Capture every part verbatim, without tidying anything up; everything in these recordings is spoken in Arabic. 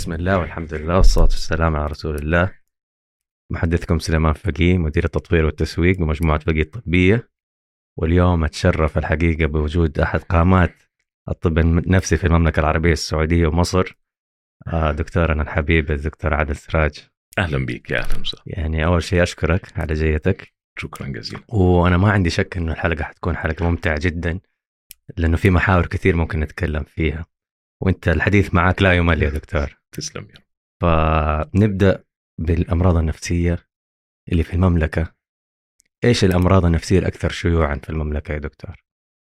بسم الله والحمد لله والصلاة والسلام على رسول الله. محدثكم سليمان فقيه، مدير التطوير والتسويق بمجموعة فقيه الطبية. واليوم أتشرف الحقيقة بوجود أحد قامات الطب النفسي في المملكة العربية السعودية ومصر، آه، دكتورنا الحبيب الدكتور عادل سراج. أهلا بك. يا أهلا وسهلا. يعني أول شيء أشكرك على جيتك. شكرا جزيلا. وأنا ما عندي شك إنه الحلقة حتكون حلقة ممتعة جدا، لأنه في محاور كثير ممكن نتكلم فيها، وأنت الحديث معك لا يمل يا دكتور. تسلم يا رب. فنبدأ بالأمراض النفسية اللي في المملكة. إيش الأمراض النفسية الأكثر شيوعاً في المملكة يا دكتور؟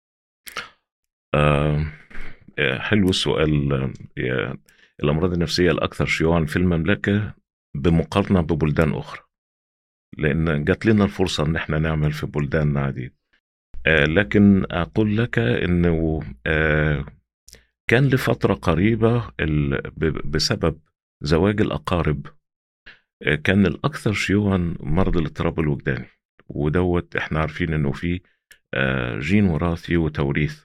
آه حلو السؤال. آه الأمراض النفسية الأكثر شيوعاً في المملكة بمقارنة ببلدان أخرى، لأن جات لنا الفرصة أن احنا نعمل في بلدان عديد. آه لكن أقول لك أنه آه كان لفترة قريبة بسبب زواج الأقارب آه كان الأكثر شيوعاً مرض الاضطراب الوجداني، ودوت احنا عارفين أنه فيه آه جين وراثي وتوريث.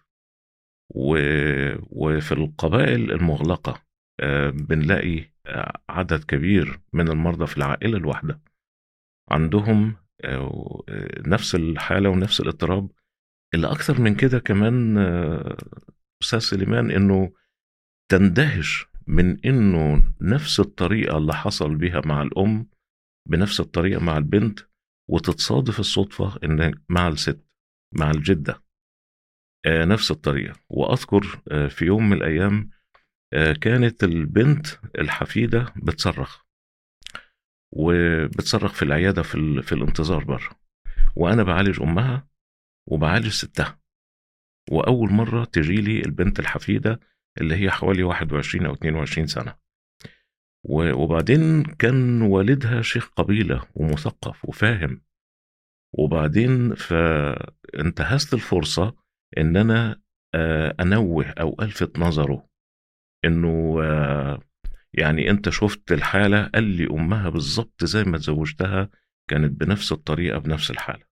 وفي القبائل المغلقة بنلاقي عدد كبير من المرضى في العائلة الواحدة عندهم نفس الحالة ونفس الاضطراب. اللي أكثر من كده كمان أستاذ سليمان، إنه تندهش من إنه نفس الطريقة اللي حصل بها مع الأم بنفس الطريقة مع البنت، وتتصادف الصدفة إن مع الست مع الجدة نفس الطريقة. وأذكر في يوم من الأيام كانت البنت الحفيدة بتصرخ وبتصرخ في العيادة في, في الانتظار بره، وأنا بعالج أمها وبعالج ستها. وأول مرة تجيلي البنت الحفيدة اللي هي حوالي واحد وعشرين أو اثنين وعشرين سنة، وبعدين كان والدها شيخ قبيلة ومثقف وفاهم. وبعدين فانتهزت الفرصة إن أنا أنوه أو ألفت نظره إنه يعني أنت شفت الحالة؟ قال لي أمها بالضبط زي ما تزوجتها كانت بنفس الطريقة بنفس الحالة.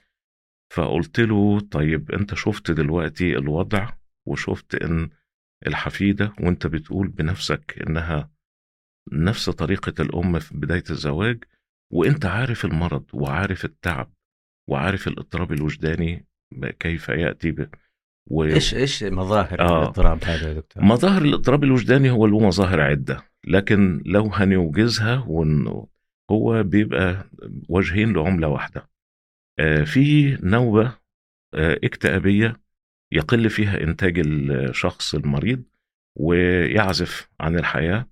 فقلت له طيب أنت شفت دلوقتي الوضع وشفت إن الحفيدة وأنت بتقول بنفسك إنها نفس طريقة الأم في بداية الزواج، وأنت عارف المرض وعارف التعب وعارف الاضطراب الوجداني كيف يأتي به. و... إيش إيش مظاهر آه الاضطراب هذا يا دكتور؟ مظاهر الاضطراب الوجداني هو له مظاهر عدة، لكن لو هنوجزها وإنه هو بيبقى وجهين لعملة واحدة. آه في نوبة آه اكتئابية يقل فيها إنتاج الشخص المريض ويعزف عن الحياة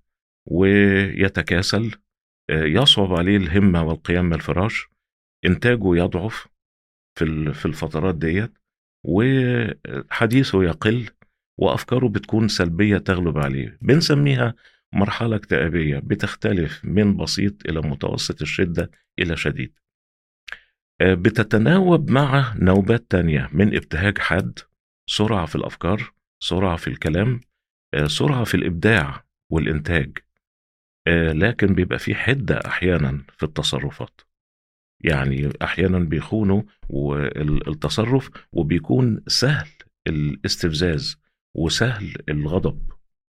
ويتكاسل، آه يصعب عليه الهمة والقيام من الفراش، إنتاجه يضعف في في الفترات ديت، وحديثه يقل، وأفكاره بتكون سلبية تغلب عليه. بنسميها مرحلة اكتئابية بتختلف من بسيط إلى متوسط الشدة إلى شديد. بتتناوب مع نوبات تانية من ابتهاج حاد، سرعة في الأفكار، سرعة في الكلام، سرعة في الإبداع والإنتاج، لكن بيبقى في حدة أحيانا في التصرفات. يعني أحيانا بيخونوا التصرف وبيكون سهل الاستفزاز وسهل الغضب،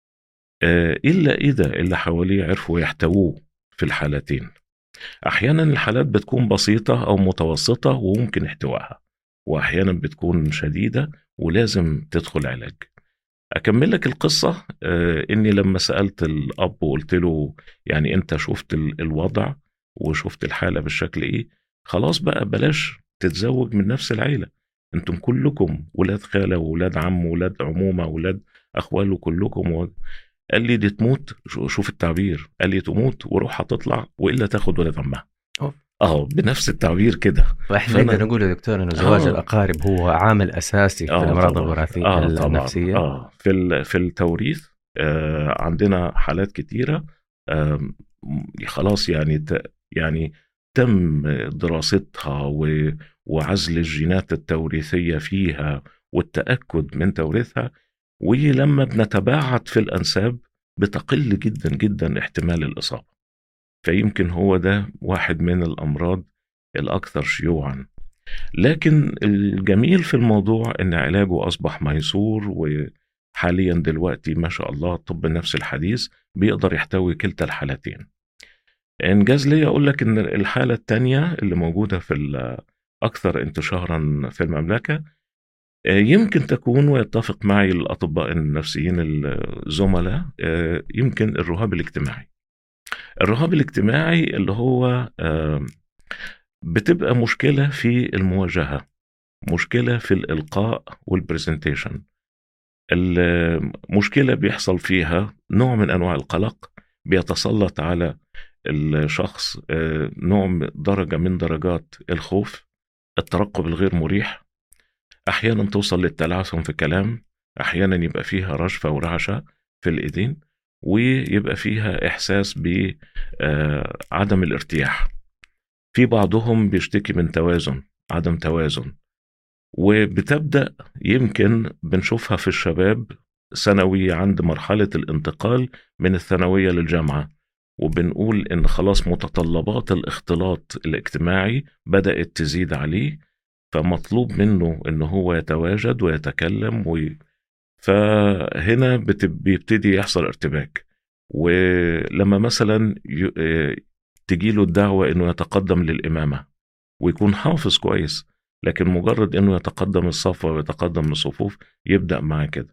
إلا إذا اللي حواليه عرفوا يحتووه في الحالتين. أحيانا الحالات بتكون بسيطة أو متوسطة وممكن احتوائها، وأحيانا بتكون شديدة ولازم تدخل علاج. أكمل لك القصة. إني لما سألت الأب وقلت له يعني أنت شفت الوضع وشفت الحالة بالشكل إيه، خلاص بقى بلاش تتزوج من نفس العيلة، أنتم كلكم ولاد خالة وولاد عم وولاد عمومة وولاد أخوال وكلكم و... قال لي دي تموت، شوف التعبير، قال لي تموت وروح هتطلع وإلا تاخد ولاد عمها. اه بنفس التعبير كده. واحنا فأنا... نقدر نقول يا دكتور انه زواج آه. الاقارب هو عامل اساسي في آه الامراض الوراثيه آه النفسيه. اه في في التوريث آه عندنا حالات كتيره آه خلاص يعني ت... يعني تم دراستها و... وعزل الجينات التوريثيه فيها والتاكد من توريثها، ولما بنتباعد في الانساب بتقل جدا جدا احتمال الاصابه. فيمكن هو ده واحد من الأمراض الأكثر شيوعا. لكن الجميل في الموضوع أن علاجه أصبح ميسور حاليا دلوقتي ما شاء الله الطب النفسي الحديث بيقدر يحتوي كلتا الحالتين. إنجاز لي أقول لك إن الحالة التانية اللي موجودة في الأكثر انتشارا في المملكة يمكن تكون، ويتفق معي الأطباء النفسيين الزملاء، يمكن الرهاب الاجتماعي. الرهاب الاجتماعي اللي هو بتبقى مشكلة في المواجهة، مشكلة في الإلقاء والبرزنتيشن. المشكلة بيحصل فيها نوع من أنواع القلق، بيتسلط على الشخص نوع درجة من درجات الخوف، الترقب الغير مريح، أحيانا توصل للتلعثم في الكلام، أحيانا يبقى فيها رجفة ورعشة في الإيدين، ويبقى فيها إحساس بعدم الارتياح. في بعضهم بيشتكي من توازن، عدم توازن، وبتبدأ يمكن بنشوفها في الشباب ثانوي عند مرحلة الانتقال من الثانوية للجامعة، وبنقول إن خلاص متطلبات الاختلاط الاجتماعي بدأت تزيد عليه، فمطلوب منه إنه هو يتواجد ويتكلم و... فهنا بت... بيبتدي يحصل ارتباك. ولما مثلا ي... تجيله الدعوة إنه يتقدم للإمامة ويكون حافظ كويس، لكن مجرد إنه يتقدم الصف ويتقدم الصفوف يبدأ معاه كده.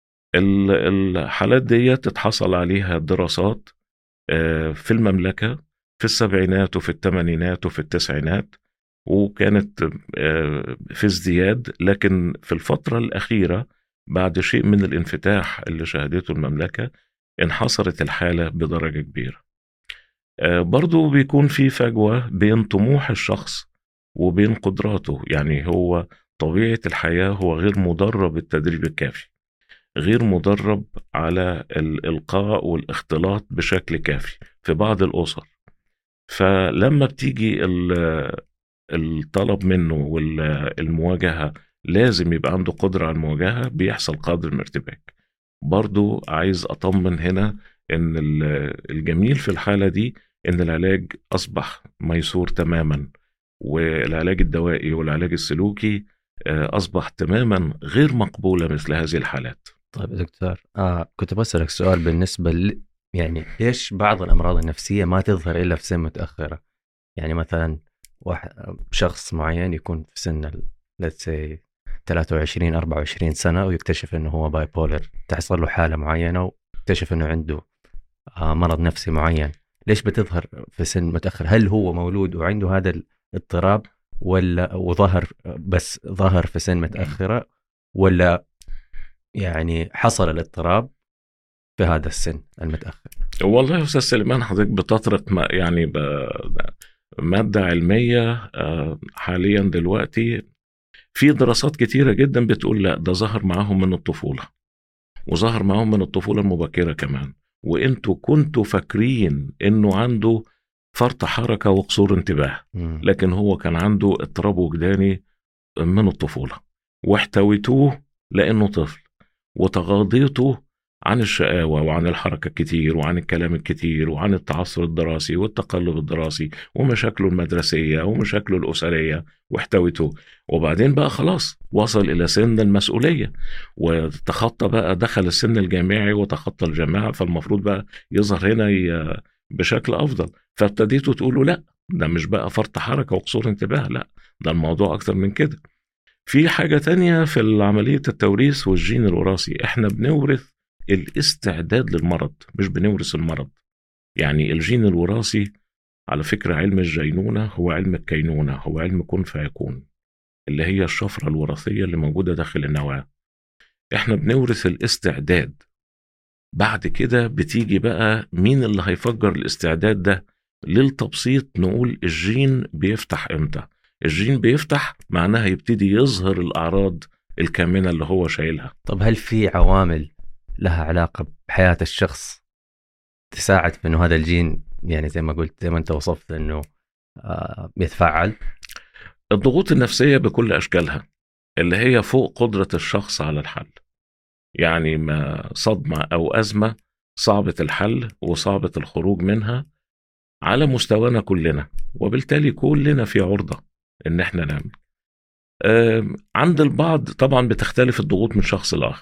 الحالات دي تتحصل عليها دراسات في المملكة في السبعينات وفي الثمانينات وفي التسعينات، وكانت في ازدياد، لكن في الفترة الأخيرة بعد شيء من الانفتاح اللي شهدته المملكة انحصرت الحالة بدرجة كبيرة. برضو بيكون في فجوة بين طموح الشخص وبين قدراته، يعني هو طبيعة الحياة هو غير مدرب التدريب الكافي، غير مدرب على الإلقاء والاختلاط بشكل كافي في بعض الأسر. فلما بتيجي الطلب منه والمواجهة لازم يبقى عنده قدرة على المواجهة، بيحصل قدر من ارتباك. برضو عايز أطمن هنا إن الجميل في الحالة دي إن العلاج أصبح ميسور تماما، والعلاج الدوائي والعلاج السلوكي أصبح تماما غير مقبولة مثل هذه الحالات. طيب يا دكتور، آه كنت بسألك سؤال بالنسبة ل... يعني ليش بعض الأمراض النفسية ما تظهر إلا في سن متأخرة؟ يعني مثلا واحد شخص معين يكون في سن let's say ثلاثة وعشرين أربعة وعشرين سنة ويكتشف إنه هو باي بولر، تحصل له حالة معينة ويكتشف إنه عنده آه مرض نفسي معين. ليش بتظهر في سن متأخر؟ هل هو مولود وعنده هذا الاضطراب، ولا وظهر بس ظهر في سن متأخرة، ولا يعني حصل الاضطراب في هذا السن المتأخر؟ والله يا أستاذ سليمان، حضرتك بتطرق ما يعني مادة علمية حاليا دلوقتي في دراسات كتيرة جدا بتقول لا، ده ظهر معاهم من الطفولة، وظهر معاهم من الطفولة المبكرة كمان، وانتوا كنتوا فاكرين انه عنده فرط حركة وقصور انتباه، لكن هو كان عنده اضطراب وجداني من الطفولة، واحتويتوه لانه طفل، وتغاضيته عن الشقاوة وعن الحركة الكتير وعن الكلام الكتير وعن التعثر الدراسي والتقلب الدراسي ومشاكله المدرسية ومشاكله الأسرية، واحتويته. وبعدين بقى خلاص وصل إلى سن المسؤولية وتخطى بقى، دخل السن الجامعي وتخطى الجامعة، فالمفروض بقى يظهر هنا بشكل أفضل. فابتديتوا تقولوا لا، ده مش بقى فرط حركة وقصور انتباه، لا، ده الموضوع أكتر من كده. في حاجة تانية في عملية التوريث والجين الوراثي، احنا بنورث الاستعداد للمرض، مش بنورث المرض. يعني الجين الوراثي على فكرة علم الجينونة هو علم الكينونة، هو علم كن فيكون، اللي هي الشفرة الوراثية اللي موجودة داخل النواة. احنا بنورث الاستعداد، بعد كده بتيجي بقى مين اللي هيفجر الاستعداد ده. للتبسيط نقول الجين بيفتح امتى؟ الجين بيفتح معناها يبتدي يظهر الأعراض الكامنة اللي هو شايلها. طب هل في عوامل لها علاقة بحياة الشخص تساعد في انه هذا الجين، يعني زي ما قلت زي ما انت وصفت، انه آه يتفاعل؟ الضغوط النفسية بكل أشكالها اللي هي فوق قدرة الشخص على الحل، يعني ما صدمة أو أزمة صعبة الحل وصعبة الخروج منها على مستوانا كلنا، وبالتالي كلنا في عرضة إن احنا نعمل. عند البعض طبعا بتختلف الضغوط من شخص لآخر،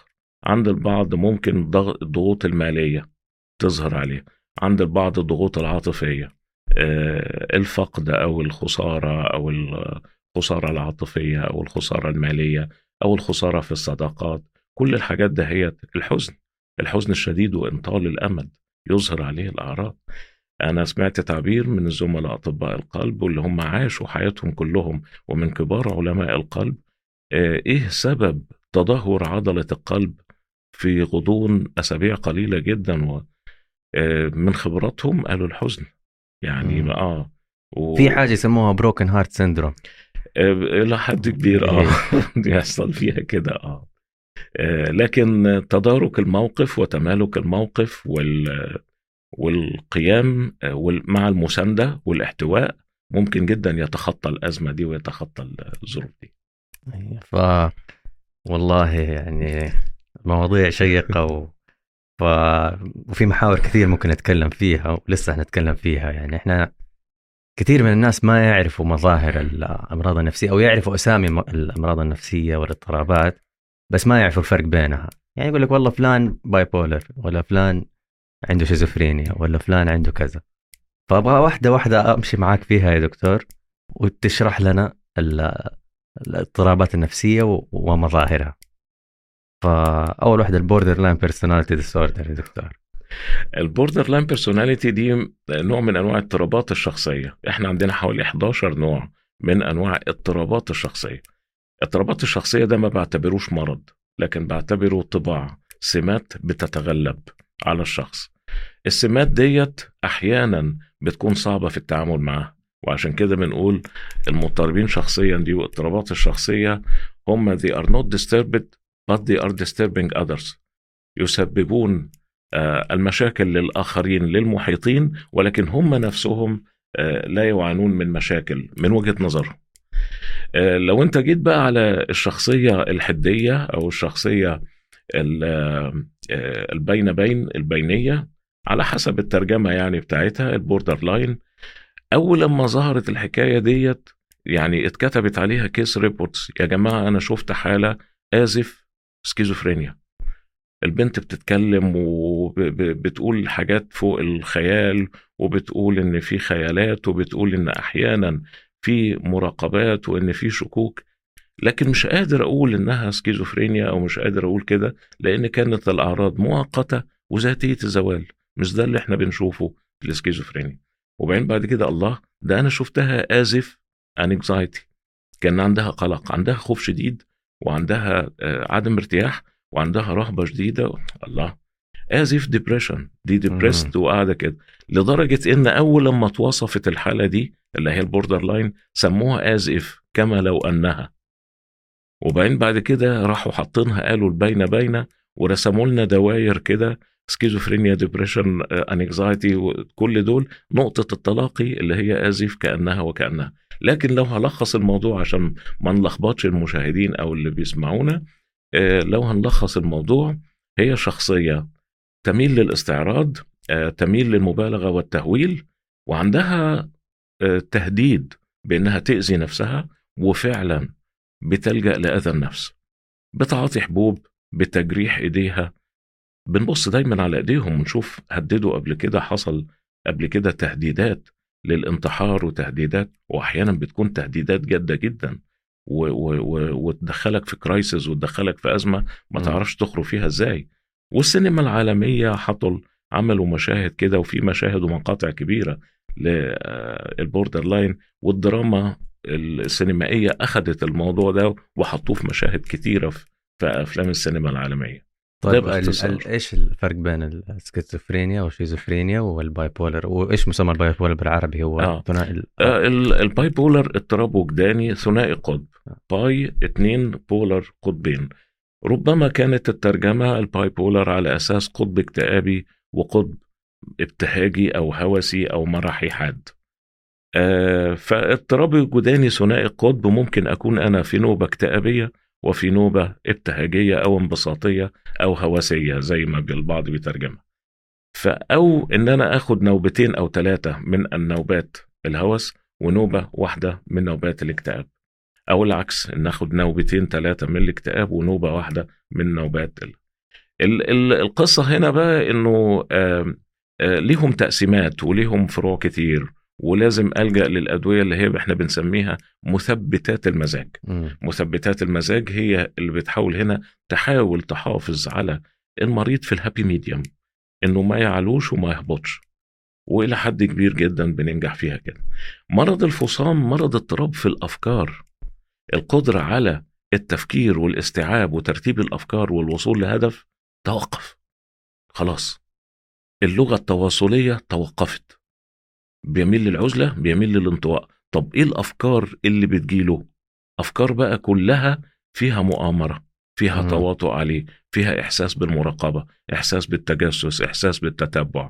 عند البعض ممكن ضغ- الضغوط المالية تظهر عليه، عند البعض الضغوط العاطفية، آه، الفقد أو الخسارة أو الخسارة العاطفية أو الخسارة المالية أو الخسارة في الصداقات. كل الحاجات ده هي الحزن، الحزن الشديد وإنطال الأمد يظهر عليه الأعراض. أنا سمعت تعبير من الزملاء أطباء القلب واللي هم عاشوا حياتهم كلهم ومن كبار علماء القلب، آه، إيه سبب تدهور عضلة القلب في غضون أسابيع قليلة جدا، و آه، من خبراتهم قالوا الحزن. يعني مم. اه و... في حاجه يسموها بروكن هارت سيندروم. آه، إلى حد كبير اه إيه. يحصل فيها كده اه آه، لكن تدارك الموقف وتمالك الموقف وال... والقيام آه، وال- مع المساندة والاحتواء ممكن جدا يتخطى الأزمة دي ويتخطى الظروف دي. ف والله يعني مواضيع شيقه و... ف... وفي محاور كثير ممكن نتكلم فيها ولسه هنتكلم فيها. يعني احنا كثير من الناس ما يعرفوا مظاهر الأمراض النفسية أو يعرفوا أسامي م- الأمراض النفسية والاضطرابات، بس ما يعرفوا الفرق بينها. يعني يقول لك والله فلان باي بولر، ولا فلان عنده شيزوفرينيا، ولا فلان عنده كذا. فأبغى واحدة واحدة أمشي معاك فيها يا دكتور، وتشرح لنا ال- الاضطرابات النفسية و- ومظاهرها. فأول واحدة البوردر لاين بيرسوناليتي ديسوردر يا دكتور. البوردر لاين بيرسوناليتي دي نوع من انواع اضطرابات الشخصيه. احنا عندنا حوالي احداشر نوع من انواع اضطرابات الشخصيه. اضطرابات الشخصيه ده ما بعتبروش مرض، لكن بعتبره طباع، سمات بتتغلب على الشخص. السمات ديت احيانا بتكون صعبه في التعامل معها، وعشان كده بنقول المضطربين شخصيا دي واضطرابات الشخصيه هم they are not disturbed but they are disturbing others. يسببون آه، المشاكل للآخرين للمحيطين، ولكن هم نفسهم آه، لا يعانون من مشاكل من وجهة نظرهم. آه، لو انت جيت بقى على الشخصية الحدية أو الشخصية ال- آه، البين بين البينية على حسب الترجمة يعني بتاعتها البوردر لاين، أول لما ظهرت الحكاية ديت يعني اتكتبت عليها كيس ريبورتس. يا جماعة أنا شفت حالة آسف سكيزوفرينيا، البنت بتتكلم وبتقول حاجات فوق الخيال، وبتقول ان في خيالات، وبتقول ان احيانا في مراقبات وان في شكوك، لكن مش قادر اقول انها سكيزوفرينيا او مش قادر اقول كده، لان كانت الاعراض مؤقته وذاتيه الزوال. مش ده اللي احنا بنشوفه في السكيزوفرينيا. وبعدين بعد كده الله، ده انا شفتها ازف انكزايتي، كان عندها قلق، عندها خوف شديد، وعندها آه، عدم ارتياح، وعندها رهبة شديدة. الله، ازيف ديبريشن، دي ديبريست وقاعدة كده. لدرجة ان اول لما اتوصفت الحالة دي اللي هي البوردر لاين سموها ازيف كما لو انها. وبعدين بعد كده راحوا حاطينها قالوا البين بين، ورسموا لنا دواير كده سكيزوفرينيا ديبريشن انكزايتي، وكل دول نقطة التلاقي اللي هي ازيف كأنها وكأنها. لكن لو هلخص الموضوع عشان ما نلخبطش المشاهدين او اللي بيسمعونا، آه، لو هنلخص الموضوع، هي شخصية تميل للاستعراض، آه، تميل للمبالغة والتهويل، وعندها آه، تهديد بأنها تأذي نفسها، وفعلا بتلجأ لأذى النفس بتعاطي حبوب، بتجريح إيديها. بنبص دايما على إيديهم ونشوف هددوا قبل كده، حصل قبل كده تهديدات للانتحار وتهديدات، وأحيانا بتكون تهديدات جادة جدا و- و- و- وتدخلك في كرايسيس وتدخلك في أزمة ما م. تعرفش تخرج فيها إزاي. والسينما العالمية حطوا عملوا مشاهد كده، وفي مشاهد ومقاطع كبيرة للبوردر لاين، والدراما السينمائية أخذت الموضوع ده وحطوه في مشاهد كتيرة في في أفلام السينما العالمية. ده طيب ال باختصار. ال ايش الفرق بين السكيزوفرينيا والشيزوفرينيا والباي بولر؟ وايش مسمى الباي بولر بالعربي؟ هو آه. ثنائي ال- آه ال- الباي بولر اضطراب وجداني ثنائي قطب، باي اتنين بولر قطبين. ربما كانت الترجمة الباي بولر على أساس قطب اكتئابي وقطب ابتهاجي أو هوسي أو مرحي حاد. آه فاضطرابي الجداني ثنائي القطب ممكن أكون أنا في نوبة اكتئابية وفي نوبة ابتهاجية أو انبساطية أو هوسية زي ما البعض بيترجمها. فأو إن أنا أخد نوبتين أو ثلاثة من النوبات الهوس ونوبة واحدة من نوبات الاكتئاب، أو العكس إن أخد نوبتين ثلاثة من الاكتئاب ونوبة واحدة من نوبات ال... ال- ال- القصة هنا بقى إنه آه، آه، ليهم تقسيمات وليهم فروع كتير، ولازم ألجأ للأدوية اللي هي احنا بنسميها مثبتات المزاج. مم. مثبتات المزاج هي اللي بتحاول هنا تحاول تحافظ على المريض في الهابي ميديوم، إنه ما يعلوش وما يهبطش، وإلى حد كبير جدا بننجح فيها كده. مرض الفصام مرض اضطراب في الأفكار، القدرة على التفكير والاستيعاب وترتيب الأفكار والوصول لهدف توقف خلاص. اللغة التواصلية توقفت، بيميل للعزلة، بيميل للانطواء. طب ايه الافكار اللي بتجيله؟ افكار بقى كلها فيها مؤامرة، فيها مم. تواطؤ عليه، فيها احساس بالمراقبة، احساس بالتجسس، احساس بالتتبع.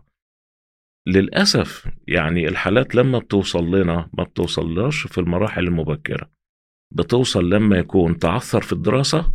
للأسف يعني الحالات لما بتوصل لنا ما بتوصلناش في المراحل المبكرة، بتوصل لما يكون تعثر في الدراسة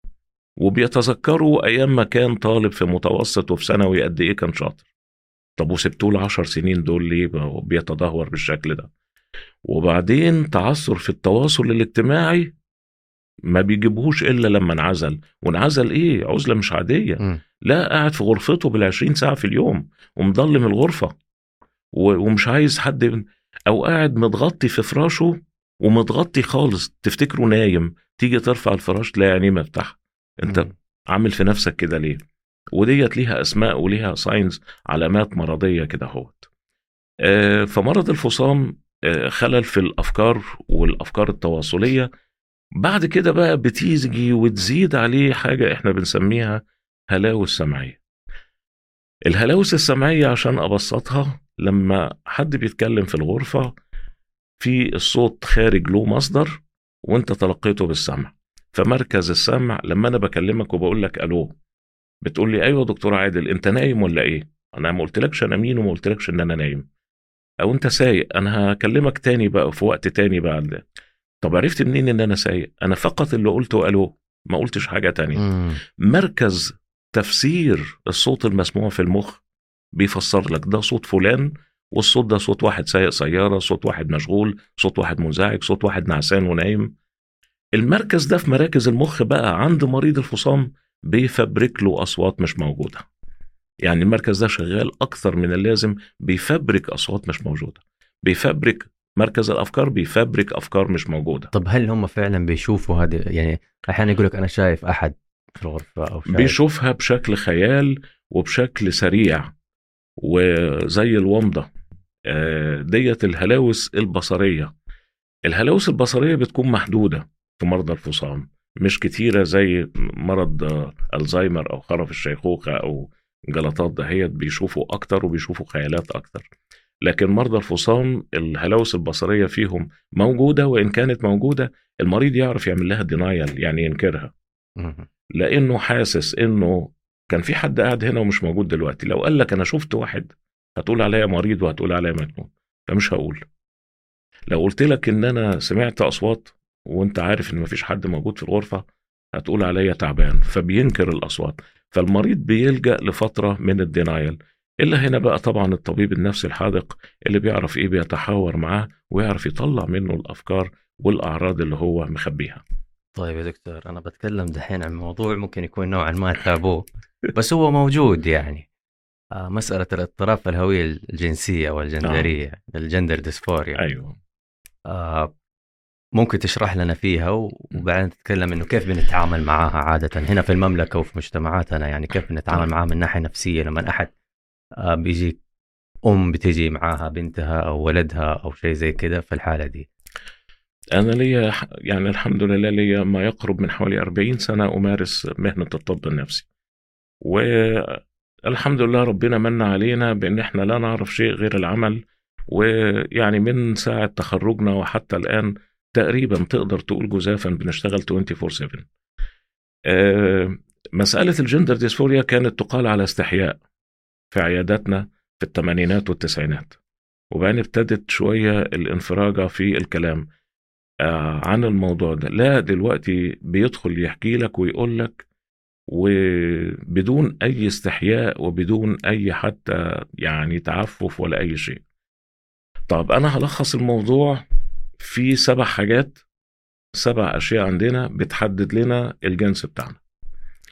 وبيتذكروا ايام ما كان طالب في متوسط وفي ثانوي قد ايه كان شاطر. طب وسبتوه العشر سنين دول ليه بيتدهور بالشكل ده؟ وبعدين تعثر في التواصل الاجتماعي ما بيجيبهوش إلا لما انعزل. وانعزل إيه؟ عزلة مش عادية. مم. لا، قاعد في غرفته بالعشرين ساعة في اليوم ومضلم الغرفة و- ومش عايز حد، أو قاعد متغطي في فراشه ومتغطي خالص، تفتكره نايم، تيجي ترفع الفراش تلاقي عينيه مفتاحة. انت مم. عامل في نفسك كده ليه؟ وديت ليها أسماء وليها ساينز، علامات مرضية كده هوت. آه، فمرض الفصام آه، خلل في الأفكار والأفكار التواصلية. بعد كده بقى بتيجي وتزيد عليه حاجة احنا بنسميها هلاوس سمعية. الهلاوس السمعية عشان أبسطها، لما حد بيتكلم في الغرفة في الصوت خارج له مصدر وانت تلقيته بالسمع، فمركز السمع لما انا بكلمك وبقول لك الو، بتقول لي ايوه دكتور عادل انت نايم ولا ايه؟ انا ما قلتلكش انا مين وما قلتلكش ان انا نايم. او انت سايق، انا هكلمك تاني بقى في وقت تاني بعد. طب عرفت منين ان انا سايق؟ انا فقط اللي قلته الو، ما قلتش حاجة تانية. مم. مركز تفسير الصوت المسموع في المخ بيفسر لك ده صوت فلان، والصوت ده صوت واحد سايق سيارة، صوت واحد مشغول، صوت واحد منزعج، صوت واحد نعسان ونايم. المركز ده في مراكز المخ بقى عند مريض الفصام بيفبرك له أصوات مش موجودة. يعني المركز ده شغال أكثر من اللازم، بيفبرك أصوات مش موجودة، بيفبرك مركز الأفكار، بيفبرك أفكار مش موجودة. طب هل هم فعلا بيشوفوا هذه؟ يعني أحيانا يقول لك أنا شايف أحد في الغرفة أو شايف. بيشوفها بشكل خيال وبشكل سريع وزي الومضة. آه، ديت الهلاوس البصرية. الهلاوس البصرية بتكون محدودة في مرضى الفصام، مش كتيرة زي مرض آه، الزهايمر أو خرف الشيخوخة أو جلطات دهيت، بيشوفوا أكتر وبيشوفوا خيالات أكتر. لكن مرضى الفصام الهلاوس البصرية فيهم موجودة، وإن كانت موجودة المريض يعرف يعمل لها دينايل، يعني ينكرها، مم. لأنه حاسس إنه كان في حد قاعد هنا ومش موجود دلوقتي. لو قال لك أنا شفت واحد هتقول عليا مريض وهتقول عليا مجنون، فمش هقول. لو قلت لك ان انا سمعت اصوات وانت عارف ان مفيش حد موجود في الغرفة هتقول عليا تعبان، فبينكر الاصوات. فالمريض بيلجأ لفترة من الدينايل. الا هنا بقى طبعا الطبيب النفسي الحاذق اللي بيعرف ايه بيتحاور معاه ويعرف يطلع منه الافكار والاعراض اللي هو مخبيها. طيب يا دكتور، أنا بتكلم دحين عن موضوع ممكن يكون نوعا ما تابو بس هو موجود يعني. آه مسألة الاضطراب في الهوية الجنسية أو الجندرية، آه. الجندر ديسفوريا. ايوه. آه ممكن تشرح لنا فيها وبعدين تتكلم إنه كيف بنتعامل معاها عادة هنا في المملكة وفي مجتمعاتنا، يعني كيف بنتعامل معاها من ناحية نفسية لما أحد آه بيجي أم بتجي معاها بنتها أو ولدها أو شيء زي كده في الحالة دي. أنا ليا يعني الحمد لله ليا ما يقرب من حوالي أربعين سنة أمارس مهنة الطب النفسي، والحمد لله ربنا من علينا بأن احنا لا نعرف شيء غير العمل. ويعني من ساعة تخرجنا وحتى الآن تقريبا تقدر تقول جزافا بنشتغل أربعة وعشرين سبعة. أه مسألة الجندر ديسفوريا كانت تقال على استحياء في عياداتنا في الثمانينات والتسعينات، وبعدين ابتدت شوية الانفراجة في الكلام عن الموضوع ده. لا دلوقتي بيدخل يحكي لك ويقول لك وبدون أي استحياء وبدون أي حتى يعني تعفف ولا أي شيء. طب أنا هلخص الموضوع في سبع حاجات، سبع أشياء عندنا بتحدد لنا الجنس بتاعنا.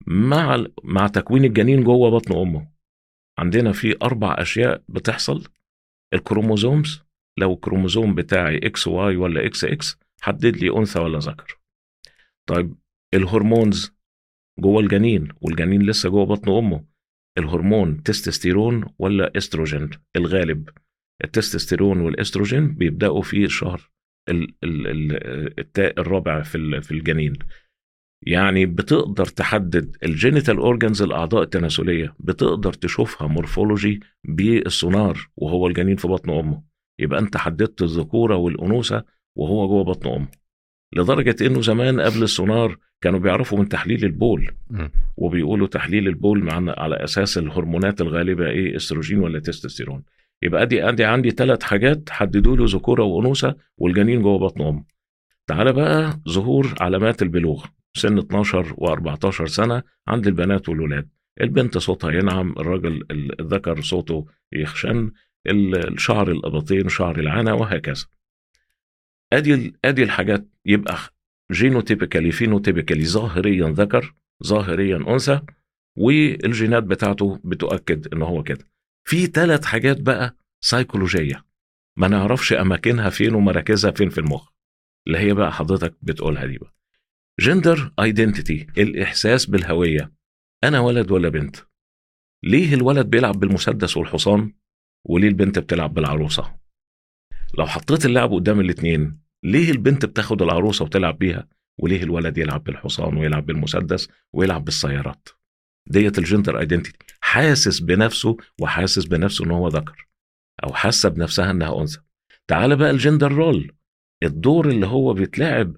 مع مع تكوين الجنين جوه بطن امه عندنا في اربع اشياء بتحصل. الكروموزومز، لو الكروموزوم بتاعي اكس واي ولا اكس اكس حدد لي انثى ولا ذكر. طيب الهرمونز جوه الجنين، والجنين لسه جوه بطن امه، الهرمون تستوستيرون ولا استروجين؟ الغالب التستوستيرون والاستروجين بيبداوا في الشهر ال- ال- ال- التا- الرابع في في الجنين. يعني بتقدر تحدد الجينيتال اورجانز، الاعضاء التناسليه بتقدر تشوفها مورفولوجي بالسونار وهو الجنين في بطن امه. يبقى انت حددت الذكوره والانوثه وهو جوه بطن امه. لدرجه انه زمان قبل السونار كانوا بيعرفوا من تحليل البول، م. وبيقولوا تحليل البول معنا على اساس الهرمونات الغالبه ايه، استروجين ولا تستوستيرون. يبقى ادي ادي عندي ثلاث حاجات حددوا له ذكوره وانوثه والجنين جوه بطن امه. تعال بقى ظهور علامات البلوغ سن اتناشر و14 سنه عند البنات والولاد. البنت صوتها ينعم، الراجل الذكر صوته يخشن، الشعر الابطين، شعر العانه، وهكذا. ادي ادي الحاجات. يبقى جينوتيبيكالي فينوتيبيكالي، ظاهريا ذكر ظاهريا انثى، والجينات بتاعته بتؤكد ان هو كده. في ثلاث حاجات بقى سيكولوجيه ما نعرفش اماكنها فين ومراكزها فين في المخ، اللي هي بقى حضرتك بتقولها دي بقى. جندر ايدنتيتي، الاحساس بالهويه. انا ولد ولا بنت؟ ليه الولد بيلعب بالمسدس والحصان وليه البنت بتلعب بالعروسه؟ لو حطيت اللعب قدام الاثنين، ليه البنت بتاخد العروسه وتلعب بيها وليه الولد يلعب بالحصان ويلعب بالمسدس ويلعب بالسيارات؟ ديت الجندر ايدنتيتي. حاسس بنفسه وحاسس بنفسه ان هو ذكر، او حاسه بنفسها انها انثى. تعال بقى الجندر رول، الدور اللي هو بيتلعب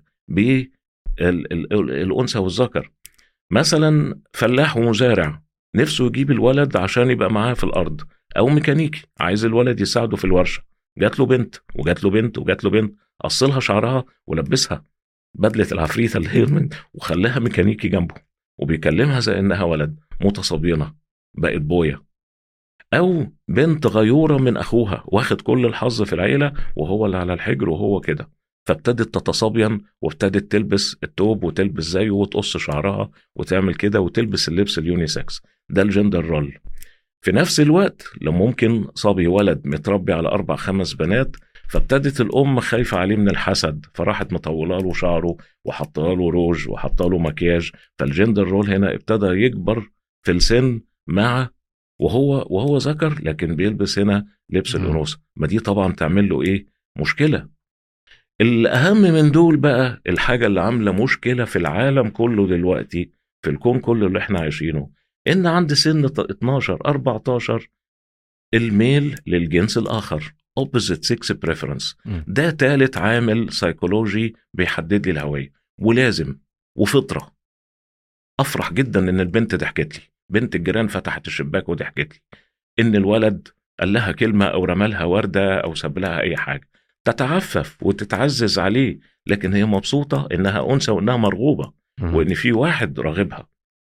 بالانثى والذكر. مثلا فلاح ومزارع نفسه يجيب الولد عشان يبقى معاه في الارض، او ميكانيكي عايز الولد يساعده في الورشه، جات له بنت وجات له بنت وجات له بنت، قصلها شعرها ولبسها بدله العفريته اللي هي من وخلاها ميكانيكي جنبه وبيكلمها زي انها ولد، متصبينه بقت بويا. او بنت غيوره من اخوها واخد كل الحظ في العيله وهو اللي على الحجر وهو كده، فابتدت تتصبين وابتدت تلبس التوب وتلبس زيه وتقص شعرها وتعمل كده وتلبس اللبس اليونيسكس. ده الجندر رول. في نفس الوقت لو ممكن صبي ولد متربي على أربع خمس بنات، فابتدت الأم خايفة عليه من الحسد فراحت مطولة له شعره وحطها له روج وحطها له مكياج. فالجندر رول هنا ابتدى يكبر في السن مع وهو وهو ذكر لكن بيلبس هنا لبس الأنوثة. ما دي طبعا تعمل له إيه؟ مشكلة. الأهم من دول بقى الحاجة اللي عاملة مشكلة في العالم كله دلوقتي، في الكون كله اللي احنا عايشينه، إن عند سن اتناشر أربعتاشر الميل للجنس الآخر opposite sex preference. ده تالت عامل سيكولوجي بيحدد لي الهوية، ولازم وفطرة. أفرح جدا إن البنت ضحكت لي، بنت الجيران فتحت الشباك وضحكت لي، إن الولد قال لها كلمة أو رمالها وردة أو ساب لها أي حاجة، تتعفف وتتعزز عليه، لكن هي مبسوطة إنها أنثى وإنها مرغوبة وإن في واحد راغبها،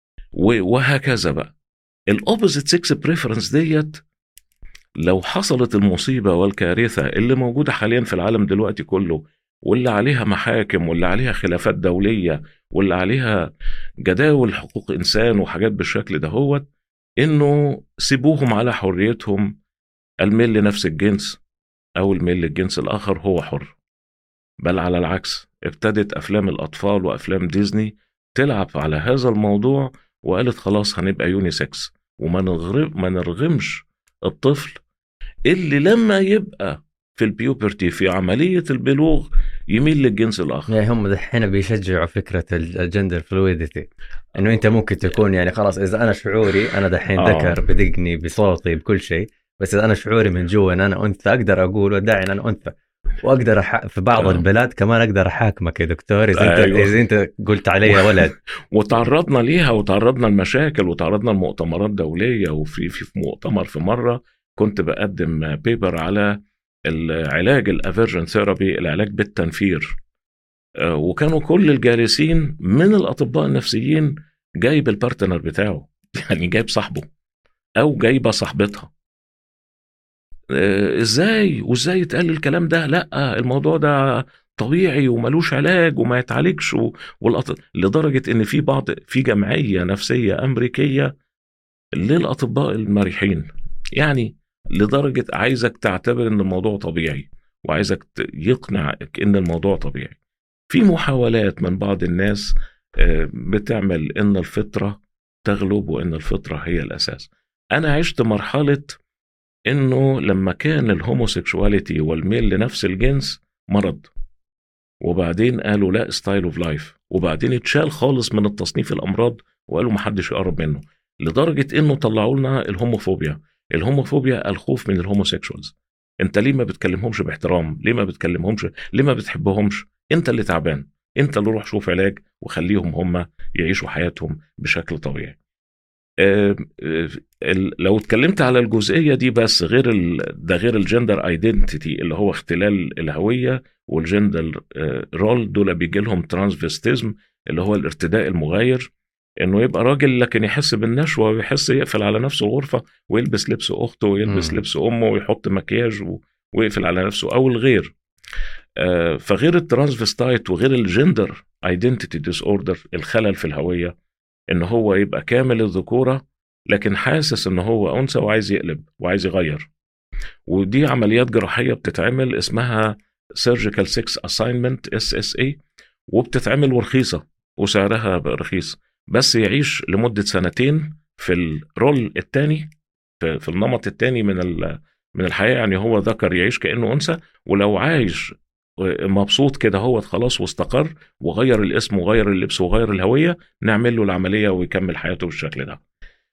وهكذا بقى. الأوبوزيت سيكس بريفرنس ديت لو حصلت المصيبة والكارثة اللي موجودة حاليا في العالم دلوقتي كله، واللي عليها محاكم واللي عليها خلافات دولية واللي عليها جداول حقوق إنسان وحاجات بالشكل ده، هو إنه سيبوهم على حريتهم، الميل لنفس الجنس أو الميل للجنس الآخر هو حر. بل على العكس، ابتدت أفلام الأطفال وأفلام ديزني تلعب على هذا الموضوع وقالت خلاص هنبقى يونيسكس، وما نغرم ما نرغمش الطفل اللي لما يبقى في البيوبرتي في عملية البلوغ يميل للجنس الآخر. يعني هم دحين بيشجعوا فكرة الجندر فلويديتي، انه انت ممكن تكون يعني خلاص اذا انا شعوري انا دحين ذكر بدقني بصوتي بكل شيء، بس اذا انا شعوري من جوا ان انا انثى اقدر اقول وادعي ان انا انثى، واقدر أح... في بعض آه. البلاد كمان اقدر احاكمك يا دكتور اذا انت أيوة. اذا انت قلت علي ولد. وتعرضنا ليها وتعرضنا لمشاكل وتعرضنا لمؤتمرات دولية. وفي في مؤتمر في مرة كنت بقدم بيبر على العلاج الافيرجن ثيرابي، العلاج بالتنفير، وكانوا كل الجالسين من الاطباء النفسيين جايب البارتنر بتاعه، يعني جايب صاحبه او جايبه صاحبتها. ازاي وازاي يتقال الكلام ده؟ لا، الموضوع ده طبيعي وملوش علاج وما يتعالجش و... والأط... لدرجة ان في بعض في جمعية نفسية امريكية للاطباء المريحين، يعني لدرجة عايزك تعتبر ان الموضوع طبيعي، وعايزك ت- يقنعك ان الموضوع طبيعي. في محاولات من بعض الناس آه، بتعمل ان الفطرة تغلب وان الفطرة هي الاساس. انا عشت مرحلة انه لما كان الهوموسيكشواليتي والميل لنفس الجنس مرض، وبعدين قالوا لا ستايل اوف لايف، وبعدين اتشال خالص من التصنيف الامراض وقالوا محدش يقرب منه، لدرجه انه طلعوا لنا الهوموفوبيا. الهوموفوبيا الخوف من الهوموسيكشوالز. انت ليه ما بتكلمهمش باحترام؟ ليه ما بتكلمهمش؟ ليه ما بتحبهمش؟ انت اللي تعبان، انت اللي روح شوف علاج وخليهم هم يعيشوا حياتهم بشكل طبيعي. آه، آه، ال- لو اتكلمت على الجزئيه دي بس، غير ال... ده غير الجندر ايدنتيتي اللي هو اختلال الهويه، والجندر رول دول بيجي لهم ترانسفستيزم اللي هو الارتداء المغاير، انه يبقى راجل لكن يحس بالنشوه ويحس يقفل على نفسه الغرفه ويلبس لبس اخته ويلبس مم. لبس امه ويحط مكياج و... ويقفل على نفسه او الغير. آه، فغير الترانسفستايت وغير الجندر ايدنتيتي ديس اوردر، الخلل في الهويه، ان هو يبقى كامل الذكوره لكن حاسس ان هو انثى وعايز يقلب وعايز يغير. ودي عمليات جراحيه بتتعمل اسمها سيرجيكال سكس اساينمنت اس اس اي، وبتتعمل ورخيصه وسعرها بقى رخيص، بس يعيش لمده سنتين في الرول الثاني، في, في النمط الثاني من ال- من الحياه، يعني هو ذكر يعيش كانه انثى، ولو عايش مبسوط كده هو خلاص واستقر وغير الاسم وغير اللبس وغير الهويه، نعمل له العمليه ويكمل حياته بالشكل ده.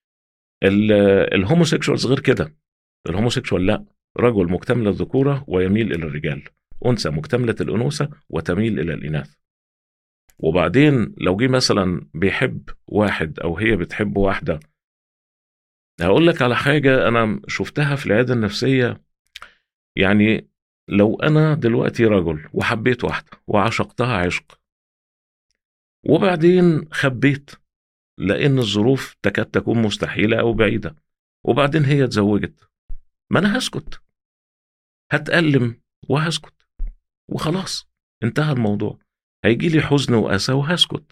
ال- الهوموسيكشوالز غير كده. الهوموسيكشوال لا، رجل مكتمل الذكوره ويميل الى الرجال، انثى مكتمله الانوثه وتميل الى الاناث. وبعدين لو جه مثلا بيحب واحد او هي بتحب واحده، هقول لك على حاجه انا شفتها في العياده النفسيه. يعني لو انا دلوقتي رجل وحبيت واحده وعشقتها عشق، وبعدين خبيت لان الظروف تكاد تكون مستحيله او بعيده، وبعدين هي اتزوجت، ما انا هسكت، هتألم وهسكت وخلاص، انتهى الموضوع. هيجي لي حزن واسى وهسكت.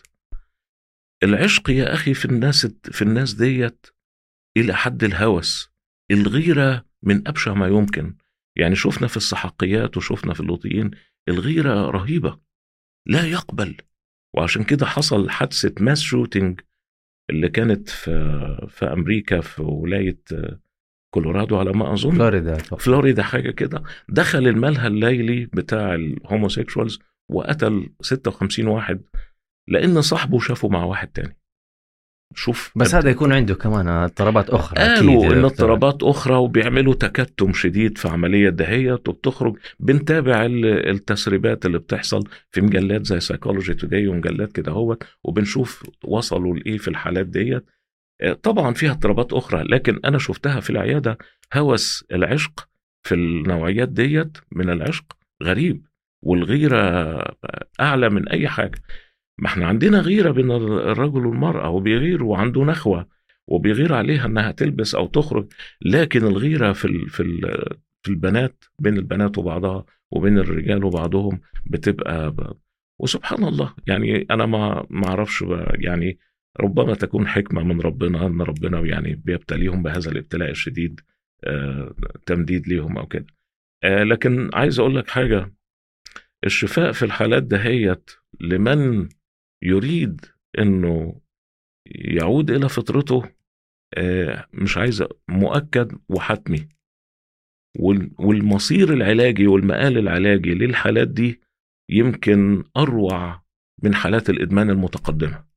العشق يا اخي في الناس في الناس ديت الى حد الهوس. الغيره من ابشع ما يمكن. يعني شفنا في السحقيات وشفنا في اللوطيين الغيره رهيبه، لا يقبل. وعشان كده حصل حادثه ماس شوتينج اللي كانت في في امريكا في ولايه كولورادو على ما اظن، فلوريدا. فلوريدا حاجه كده. دخل الملهى الليلي بتاع الهوموسيكشوالز وقتل ستة وخمسين واحد لان صاحبه شافه مع واحد تاني. شوف بس هذا يكون عنده كمان اضطرابات اخرى. قالوا اكيد ان دكتور. اضطرابات اخرى، وبيعملوا تكتم شديد في عمليه دهيت وبتخرج. بنتابع ال- التسريبات اللي بتحصل في مجلات زي سايكولوجي توداي ومجلات كده هوت، وبنشوف وصلوا لايه في الحالات ديت. آه، طبعا فيها اضطرابات اخرى، لكن انا شفتها في العياده. هوس العشق في النوعيات ديت من العشق غريب، والغيره اعلى من اي حاجه. ما احنا عندنا غيره بين الرجل والمراه، وبيغير وعنده نخوه وبيغير عليها انها تلبس او تخرج. لكن الغيره في ال في ال في البنات، بين البنات وبعضها وبين الرجال وبعضهم بتبقى ب... وسبحان الله. يعني انا ما ما اعرفش ب- يعني ربما تكون حكمه من ربنا ان ربنا يعني بيبتليهم بهذا الابتلاء الشديد، آه تمديد ليهم او كده. آه لكن عايز اقول لك حاجه. الشفاء في الحالات دهيت لمن يريد انه يعود الى فطرته، آه، مش عايز مؤكد وحتمي. وال- والمصير العلاجي والمآل العلاجي للحالات دي يمكن اروع من حالات الادمان المتقدمه.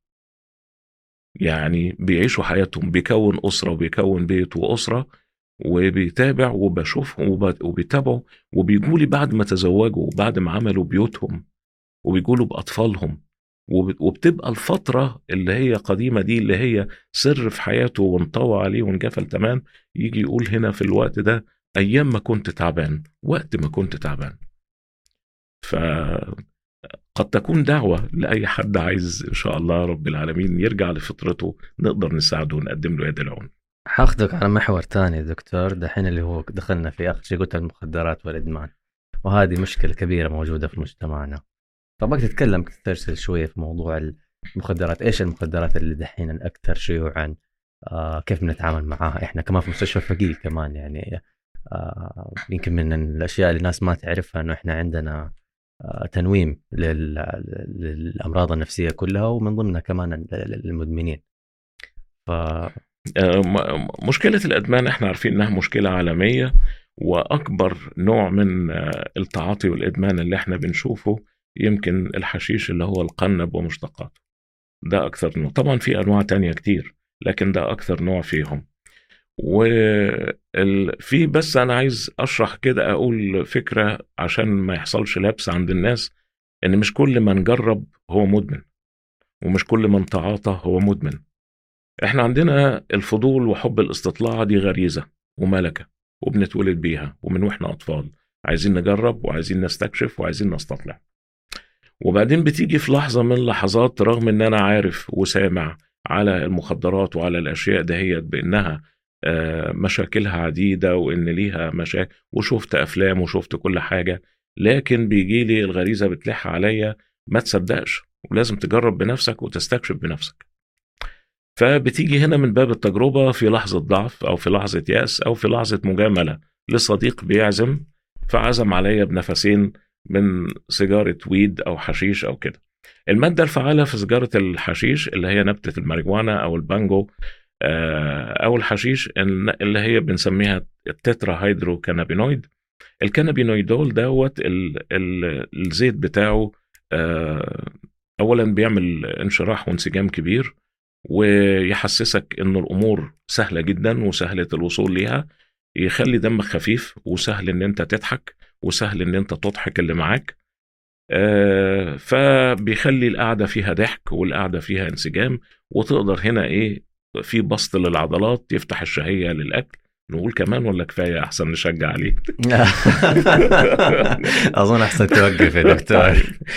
يعني بيعيشوا حياتهم، بيكون اسره وبيكون بيت واسره، وبيتابع وبشوفهم وب- وبيتابعوا، وبيجوا لي بعد ما تزوجوا وبعد ما عملوا بيوتهم، وبيجوا له باطفالهم. وب- وبتبقى الفتره اللي هي قديمه دي اللي هي سر في حياته وانطوى عليه وانجفل تمام، يجي يقول هنا في الوقت ده ايام ما كنت تعبان، وقت ما كنت تعبان. فقد تكون دعوه لاي حد عايز ان شاء الله رب العالمين يرجع لفطرته، نقدر نساعده ونقدم له يد العون. حاخذك على محور تاني دكتور دحين اللي هو دخلنا في اخر شيء قلت المخدرات والادمان. وهذه مشكلة كبيرة موجودة في مجتمعنا. فبقى تتكلم تسترسل شوية في موضوع المخدرات، إيش المخدرات اللي دحين الأكثر شيوعا، آه كيف بنتعامل معاها إحنا كمان في مستشفى الفقيه كمان يعني. آه يمكن من الأشياء اللي الناس ما تعرفها إنه إحنا عندنا آه تنويم للأمراض النفسية كلها، ومن ضمنها كمان المدمنين. ف مشكلة الإدمان احنا عارفين انها مشكلة عالمية، واكبر نوع من التعاطي والإدمان اللي احنا بنشوفه يمكن الحشيش اللي هو القنب ومشتقاته. ده اكثر نوع، طبعا في انواع تانية كتير لكن ده اكثر نوع فيهم. وفي بس انا عايز اشرح كده، اقول فكرة عشان ما يحصلش لبس عند الناس، ان مش كل من جرب هو مدمن، ومش كل من تعاطى هو مدمن. احنا عندنا الفضول وحب الاستطلاع، دي غريزة وملكة وبنتولد بيها، ومن واحنا اطفال عايزين نجرب وعايزين نستكشف وعايزين نستطلع. وبعدين بتيجي في لحظة من اللحظات، رغم ان انا عارف وسامع على المخدرات وعلى الاشياء دهيت بانها مشاكلها عديدة وان ليها مشاكل، وشفت افلام وشفت كل حاجة، لكن بيجي لي الغريزة بتلح عليا ما تصدقش، ولازم تجرب بنفسك وتستكشف بنفسك. فبتيجي هنا من باب التجربة في لحظة ضعف أو في لحظة يأس أو في لحظة مجاملة لصديق بيعزم، فعزم عليا بنفسين من سيجارة ويد أو حشيش أو كده. المادة الفعالة في سيجارة الحشيش اللي هي نبتة الماريجوانا أو البانجو أو الحشيش اللي هي بنسميها التترا هيدرو كانابينويد. الكانابينويدول دوت الزيت بتاعه أولا بيعمل انشراح وانسجام كبير، ويحسسك ان الامور سهله جدا وسهله الوصول ليها، يخلي دمك خفيف وسهل ان انت تضحك وسهل ان انت تضحك اللي معاك. آه فبيخلي القعده فيها ضحك والقعده فيها انسجام، وتقدر هنا ايه في بسط للعضلات، يفتح الشهيه للاكل. نقول كمان ولا كفايه احسن نشجع عليه؟ اظن احسن توقف يا دكتور.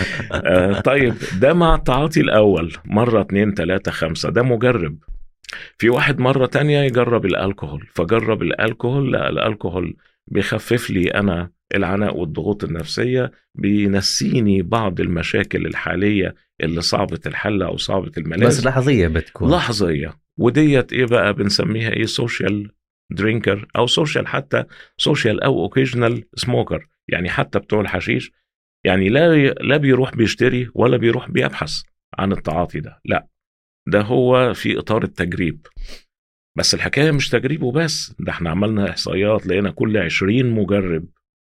آه طيب ده مع التعاطي الاول، مره اتنين تلاته خمسه ده مجرب. في واحد مره تانية يجرب الالكوهول، فجرب الالكوهول، لا الالكوهول بيخفف لي انا العناء والضغوط النفسيه، بينسيني بعض المشاكل الحاليه اللي صعبه الحل او صعبه الملاذ، بس لحظيه بتكون لحظيه. وديت ايه بقى بنسميها ايه؟ سوشيال درينكر او سوشيال، حتى سوشيال او اوكيجنال سموكر، يعني حتى بتوع الحشيش يعني لا لا بيروح بيشتري ولا بيروح بيبحث عن التعاطي ده، لا ده هو في اطار التجريب. بس الحكايه مش تجريب وبس، ده احنا عملنا احصائيات لقينا كل عشرين مجرب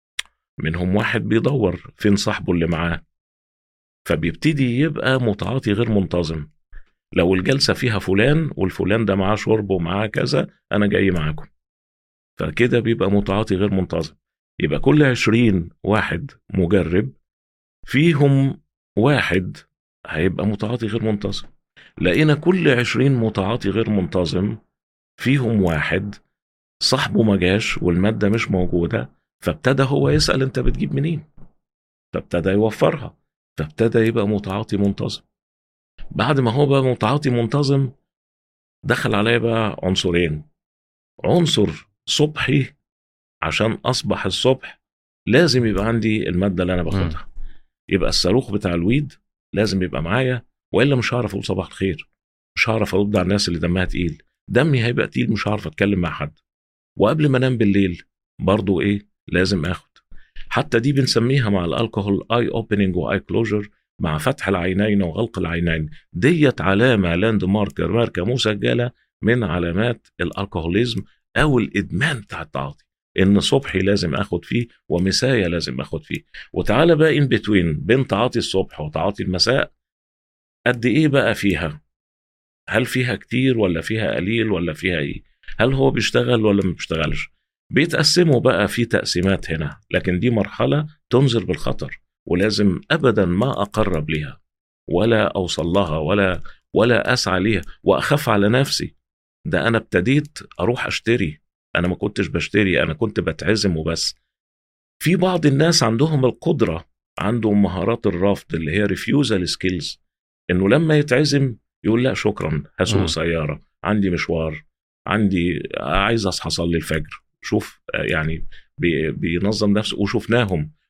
منهم واحد بيدور فين صاحبه اللي معاه، فبيبتدي يبقى متعاطي غير منتظم. لو الجلسه فيها فلان والفلان ده معاه شرب ومعاه كذا، انا جاي معاكم، فكده بيبقى متعاطي غير منتظم. يبقى كل عشرين واحد مجرب فيهم واحد هيبقى متعاطي غير منتظم. لقينا كل عشرين متعاطي غير منتظم فيهم واحد صاحبه ما جاش والمادة مش موجودة، فابتدى هو يسأل انت بتجيب منين، فابتدى يوفرها، فابتدى يبقى متعاطي منتظم. بعد ما هو بقى متعاطي منتظم دخل عليه بقى عنصرين: عنصر صبحي، عشان أصبح الصبح لازم يبقى عندي المادة اللي أنا باخدها، يبقى الصاروخ بتاع الويد لازم يبقى معايا، وإلا مش هعرف أقول صباح الخير، مش هعرف أرد على الناس اللي دمها تقيل، دمي هيبقى تقيل، مش هعرف أتكلم مع حد. وقبل ما أنام بالليل برضو إيه لازم أخد، حتى دي بنسميها مع الألكوهول آي أوبننج وآي كلوجر، مع فتح العينين وغلق العينين. ديت علامة لاند ماركر، ماركة مسجلة من علامات الألكوهوليزم أو الإدمان بتاع التعاطي، إن صبحي لازم أخد فيه ومسايا لازم أخد فيه. وتعالى بقى إن بتوين بين تعاطي الصبح وتعاطي المساء، قد إيه بقى فيها؟ هل فيها كتير ولا فيها قليل ولا فيها إيه؟ هل هو بيشتغل ولا ما بيشتغلش؟ بيتقسموا بقى في تقسيمات هنا، لكن دي مرحلة تنذر بالخطر، ولازم أبدا ما أقرب لها ولا أوصل لها ولا ولا أسعى ليها وأخاف على نفسي. ده أنا ابتديت أروح أشتري، أنا ما كنتش بشتري، أنا كنت بتعزم وبس. في بعض الناس عندهم القدرة، عندهم مهارات الرفض اللي هي ريفيوزال سكيلز، إنه لما يتعزم يقول لا شكرا، هسوق سيارة، عندي مشوار، عندي عايز أصحى أصلي الفجر. شوف يعني بينظم نفسه، وشوفناهم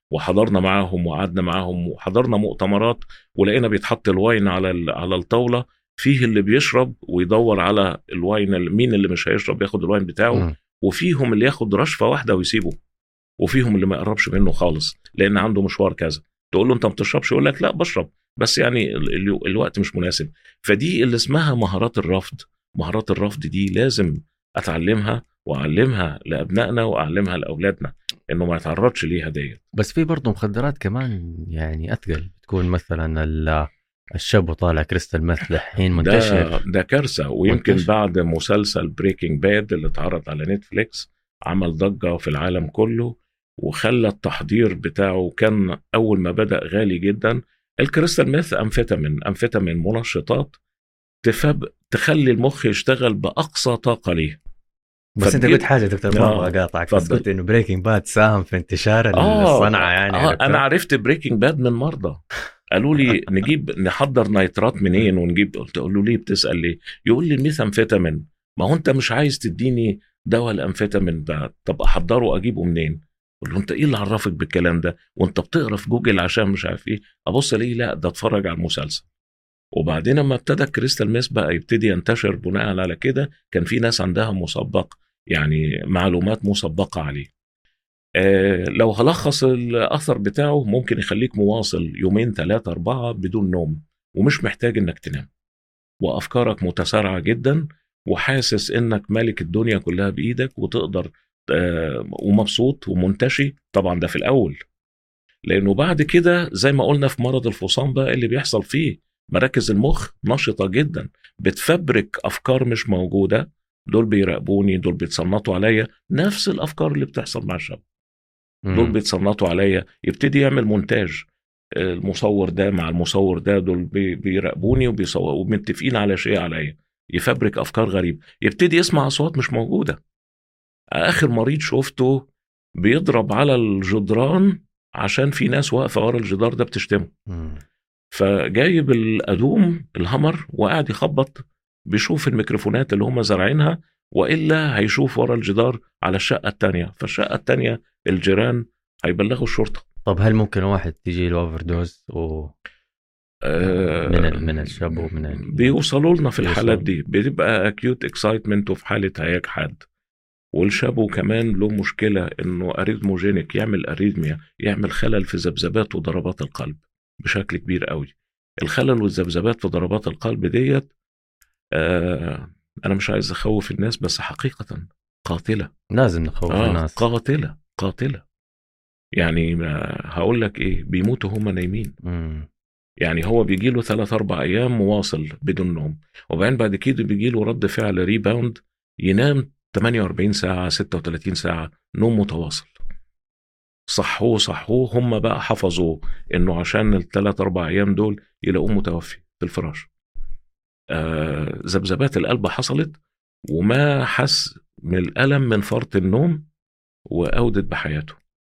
وحضرنا معاهم وقعدنا معاهم وحضرنا مؤتمرات، ولقينا بيتحط الواين على على الطاوله، فيه اللي بيشرب ويدور على الواين، مين اللي مش هيشرب ياخد الواين بتاعه، م. وفيهم اللي ياخد رشفه واحده ويسيبه، وفيهم اللي ما يقربش منه خالص لان عنده مشوار كذا. تقول له انت ما بتشربش، يقول لك لا بشرب بس يعني ال- الوقت مش مناسب. فدي اللي اسمها مهارات الرفض. مهارات الرفض دي لازم اتعلمها واعلمها لابنائنا واعلمها لاولادنا، انه ما يتعرضش ليها ديت. بس في برضه مخدرات كمان يعني اثقل، بتكون مثلا ال- الشاب وطالع كريستال ميث الحين منتشر. ده ده كارثه. ويمكن منتشر. بعد مسلسل بريكنج باد اللي اتعرض على نتفليكس عمل ضجه في العالم كله، وخلى التحضير بتاعه كان اول ما بدا غالي جدا. الكريستال ميث امفيتامين امفيتامين منشطات تفب تخلي المخ يشتغل باقصى طاقه ليه. بس انت فبجد- قلت حاجه دكتور آه، مرة قاطعك، بس اتفضل. قلت انه بريكنج باد ساهم في انتشار آه الصنعه يعني. آه عرفتها؟ انا عرفت بريكنج باد من مرضى قالوا لي نجيب نحضر نيترات منين ونجيب، قلت اقول له ليه بتسال ليه؟ يقول لي الميثامفيتامين. ما هو انت مش عايز تديني دواء الامفيتامين ده، طب احضره واجيبه منين؟ قلت له انت ايه اللي عرفك بالكلام ده وانت بتقرا في جوجل عشان مش عارف ايه؟ ابص ليه؟ لا ده اتفرج على المسلسل. وبعدين لما ابتدى كريستال ميث بقى يبتدي ينتشر بناء على كده، كان في ناس عندها مسبق يعني معلومات مسبقه عليه. آه لو هلخص الأثر بتاعه، ممكن يخليك مواصل يومين ثلاثة أربعة بدون نوم ومش محتاج إنك تنام، وأفكارك متسارعة جدا، وحاسس إنك مالك الدنيا كلها بإيدك وتقدر آه ومبسوط ومنتشي. طبعا ده في الأول، لأنه بعد كده زي ما قلنا في مرض الفصام بقى اللي بيحصل فيه مراكز المخ نشطة جدا، بتفبرك أفكار مش موجودة. دول بيراقبوني، دول بيتصنطوا عليا، نفس الأفكار اللي بتحصل مع الشاب. دول بيتصنطوا عليا، يبتدي يعمل مونتاج، المصور ده مع المصور ده، دول بيراقبوني وبيصوروا ومتفقين على شيء عليا، يفبرك افكار غريبه، يبتدي يسمع اصوات مش موجوده. اخر مريض شفته بيضرب على الجدران عشان في ناس واقفه ورا الجدار ده بتشتمه، فجايب الادوم الهمر وقاعد يخبط، بيشوف الميكروفونات اللي هم زارعينها، والا هيشوف ورا الجدار على الشقه الثانيه، فالشقه الثانيه الجيران هيبلغوا الشرطه. طب هل ممكن واحد تيجي له اوفر دوز و آه من من الشاب ومن ال... بيوصلوا لنا في بيوصل. الحالات دي بتبقى اكيوت اكسايتمنت وفي حاله هياج حاد. والشابو كمان له مشكله انه اريثموجينيك، يعمل اريثميا، يعمل خلل في ذبذبات وضربات القلب بشكل كبير قوي. الخلل والذبذبات في ضربات القلب ديت آه انا مش عايز اخوف الناس، بس حقيقه قاتله. لازم نخوف آه الناس. قاتله قاتله يعني هقول لك ايه، بيموتوا هم نايمين. مم. يعني هو بيجي له ثلاث أربع أيام مواصل بدون نوم، وبعدين بعد كده بيجي له رد فعل ريباوند، ينام ثمانية وأربعين ساعة ستة وثلاثين ساعة نوم متواصل. صحوه صحوه هم بقى حفظوا إنه عشان الثلاث أربع أيام دول يلاقوه متوفي في الفراش. آه ذبذبات القلب حصلت وما حس من الألم من فرط النوم وأودت بحياته.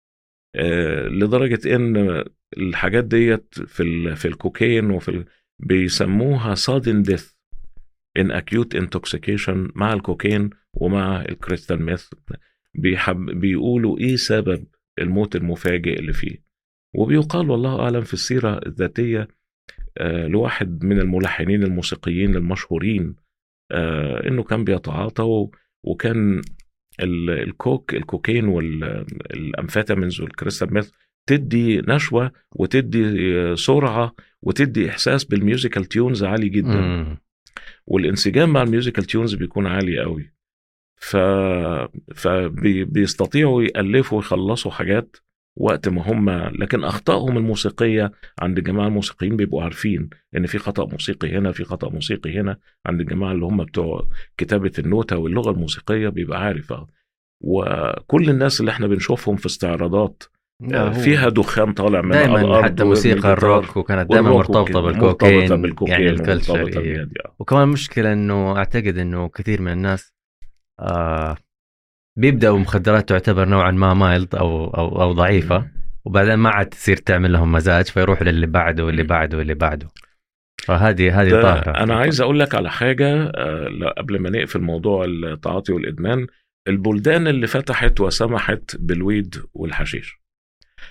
آه لدرجة إن الحاجات ديت في في الكوكايين وفي ال... بيسموها sudden death in acute intoxication مع الكوكايين ومع الكريستال ميث. بيحب بيقولوا ايه سبب الموت المفاجئ اللي فيه، وبيقال والله اعلم في السيره الذاتيه آه لواحد من الملحنين الموسيقيين المشهورين آه انه كان بيتعاطى و... وكان ال... الكوك الكوكايين والامفيتامينز والكريستال ميث تدي نشوة وتدي سرعة وتدي إحساس بالميوزيكال تيونز عالي جدا. مم. والانسجام مع الميوزيكال تيونز بيكون عالي قوي، ف... فبيستطيعوا يألفوا ويخلصوا حاجات وقت ما هم، لكن أخطائهم الموسيقية عند الجماعة الموسيقيين بيبقوا عارفين إن في خطأ موسيقي هنا، في خطأ موسيقي هنا. عند الجماعة اللي هم بتوع كتابة النوتة واللغة الموسيقية بيبقى عارفة. وكل الناس اللي احنا بنشوفهم في استعراضات فيها دخان طالع من دائما الارض، حتى موسيقى الروك وكانت دائما مرتبطه بالكوكايين, بالكوكايين يعني الكلتشر. إيه. وكمان مشكله انه اعتقد انه كثير من الناس آه بيبداوا مخدرات تعتبر نوعا ما مايلد او او او ضعيفه، وبعدين ما عاد تصير تعمل لهم مزاج فيروحوا للي بعده واللي بعده واللي بعده. فهذه هذه ظاهره. انا عايز اقول لك على حاجه آه قبل ما نقفل موضوع التعاطي والادمان. البلدان اللي فتحت وسمحت بالويد والحشيش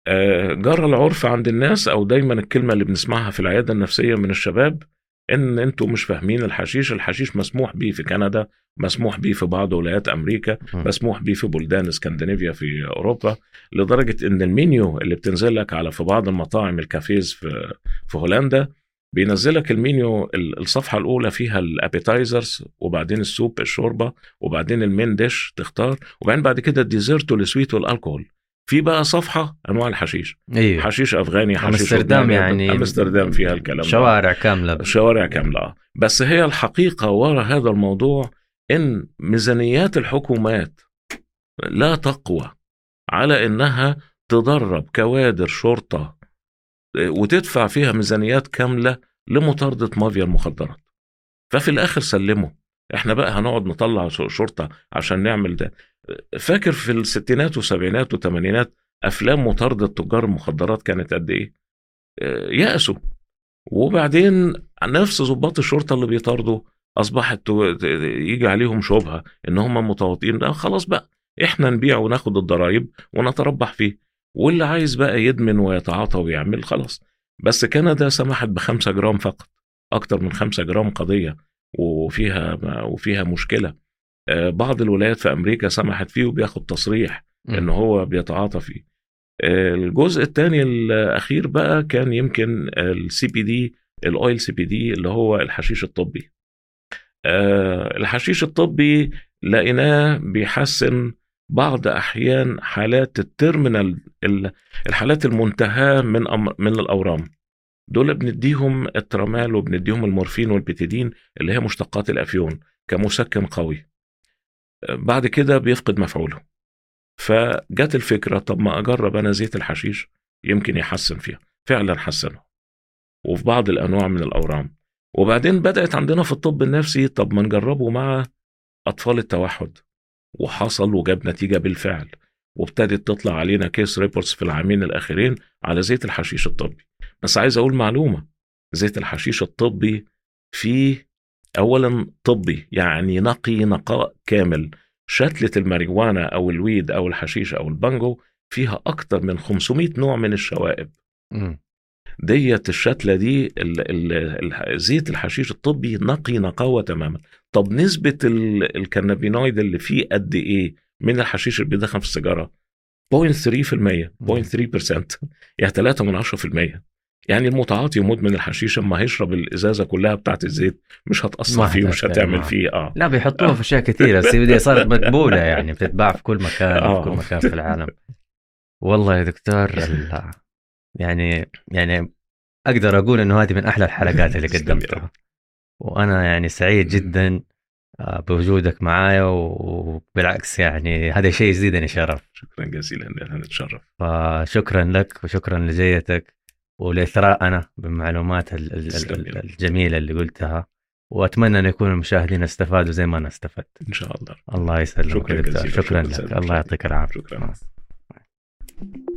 آه، جرى العرف عند الناس، او دايما الكلمه اللي بنسمعها في العياده النفسيه من الشباب، ان انتوا مش فاهمين الحشيش. الحشيش مسموح به في كندا، مسموح به في بعض ولايات امريكا، مسموح به في بلدان اسكندنافيا في اوروبا، لدرجه ان المنيو اللي بتنزل لك على في بعض المطاعم الكافيز في في هولندا بينزلك المنيو، الصفحه الاولى فيها الابيتايزرز، وبعدين السوب الشوربه، وبعدين المين ديش تختار، وبعدين بعد كده الديزرت والسويت والالكول. في بقى صفحة أنواع الحشيش، أيوه. حشيش أفغاني، حشيش أمستردام، يعني أمستردام فيها الكلام شوارع ده. كاملة شوارع كاملة. بس هي الحقيقة وراء هذا الموضوع إن ميزانيات الحكومات لا تقوى على إنها تدرب كوادر شرطة وتدفع فيها ميزانيات كاملة لمطاردة مافيا المخدرات. ففي الآخر سلموا، إحنا بقى هنقعد نطلع شرطة عشان نعمل ده. فاكر في الستينات والسبعينات والثمانينات أفلام مطاردة تجار المخدرات كانت قد إيه؟ يأسوا. وبعدين نفس ضباط الشرطة اللي بيطاردوا أصبحت يجي عليهم شبهة إن هم متواطئين، خلاص بقى إحنا نبيع وناخد الضرائب ونتربح فيه، واللي عايز بقى يدمن ويتعاطى ويعمل خلاص. بس كندا سمحت بخمسة جرام فقط، أكتر من خمسة جرام قضية وفيها وفيها مشكلة. بعض الولايات في أمريكا سمحت فيه وبياخد تصريح إن هو بيتعاطى فيه. الجزء الثاني الأخير بقى كان يمكن السي بي دي، الأويل سي بي دي، اللي هو الحشيش الطبي. الحشيش الطبي لقيناه بيحسن بعض أحيان حالات التيرمينال، الحالات المنتهى من من الأورام. دول بنديهم الترامال وبنديهم المورفين والبيتيدين اللي هي مشتقات الأفيون كمسكن قوي، بعد كده بيفقد مفعوله. فجت الفكرة، طب ما أجرب أنا زيت الحشيش يمكن يحسن فيها. فعلا حسنه وفي بعض الأنواع من الأورام. وبعدين بدأت عندنا في الطب النفسي، طب ما نجربه مع أطفال التوحد، وحصل وجاب نتيجة بالفعل، وابتدت تطلع علينا كيس ريبورتس في العامين الأخيرين على زيت الحشيش الطبي. بس عايز أقول معلومة، زيت الحشيش الطبي فيه أولا طبي، يعني نقي نقاء كامل. شتلة الماريجوانا أو الويد أو الحشيش أو البانجو فيها أكتر من خمسمائة نوع من الشوائب. م. ديت الشتلة دي ال ال زيت الحشيش الطبي نقي نقاوة تماما. طب نسبة الكنابينويد اللي فيه قد إيه من الحشيش اللي بيدخن في السيجارة؟ صفر فاصلة ثلاثة بالمية، صفر فاصلة ثلاثة بالمية، يعني ثلاثة من عشرة بالمية. يعني المتعاطي ومدمن الحشيش اما هيشرب الازازه كلها بتاعت الزيت مش هتاثر فيه ومش هتعمل فيه. اه لا بيحطوها في اشياء كثيره. السي بي دي صارت مقبوله، يعني بتتباع في كل مكان آه. في كل مكان في العالم. والله يا دكتور يعني يعني اقدر اقول انه هذه من احلى الحلقات اللي قدمتها، وانا يعني سعيد جدا بوجودك معايا، وبالعكس يعني هذا شيء يزيدني شرف. شكرا جزيلا، انا نتشرف. فشكرا لك وشكرا لجيتك ولإثراءنا بالمعلومات الجميلة اللي قلتها، وأتمنى أن يكون المشاهدين استفادوا زي ما أنا استفدت إن شاء الله. الله يسلمك. شكرا, شكرا, شكرا لك. الله يعطيك العافية. شكرا.